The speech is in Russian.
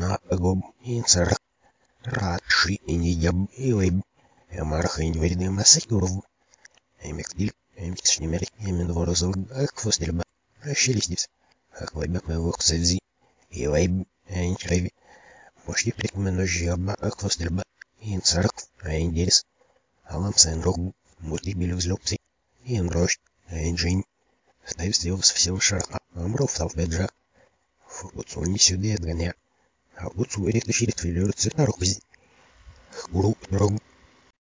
agom insarak ratshi iniyab iweb marх inвериды масикуров эмектил эмикшнимерик имен ворозов акфостельба шелестис аквайбак мевоксези иweb энчреви почти прикменожьяба акфостельба инсарак эндерис алам сенрог мультибилюзлопси инрош энджин ставистилс всего шарха амров талбеджа фуцуни сюда отгоня а вот уверит ширит филер цитарукзи гуру рог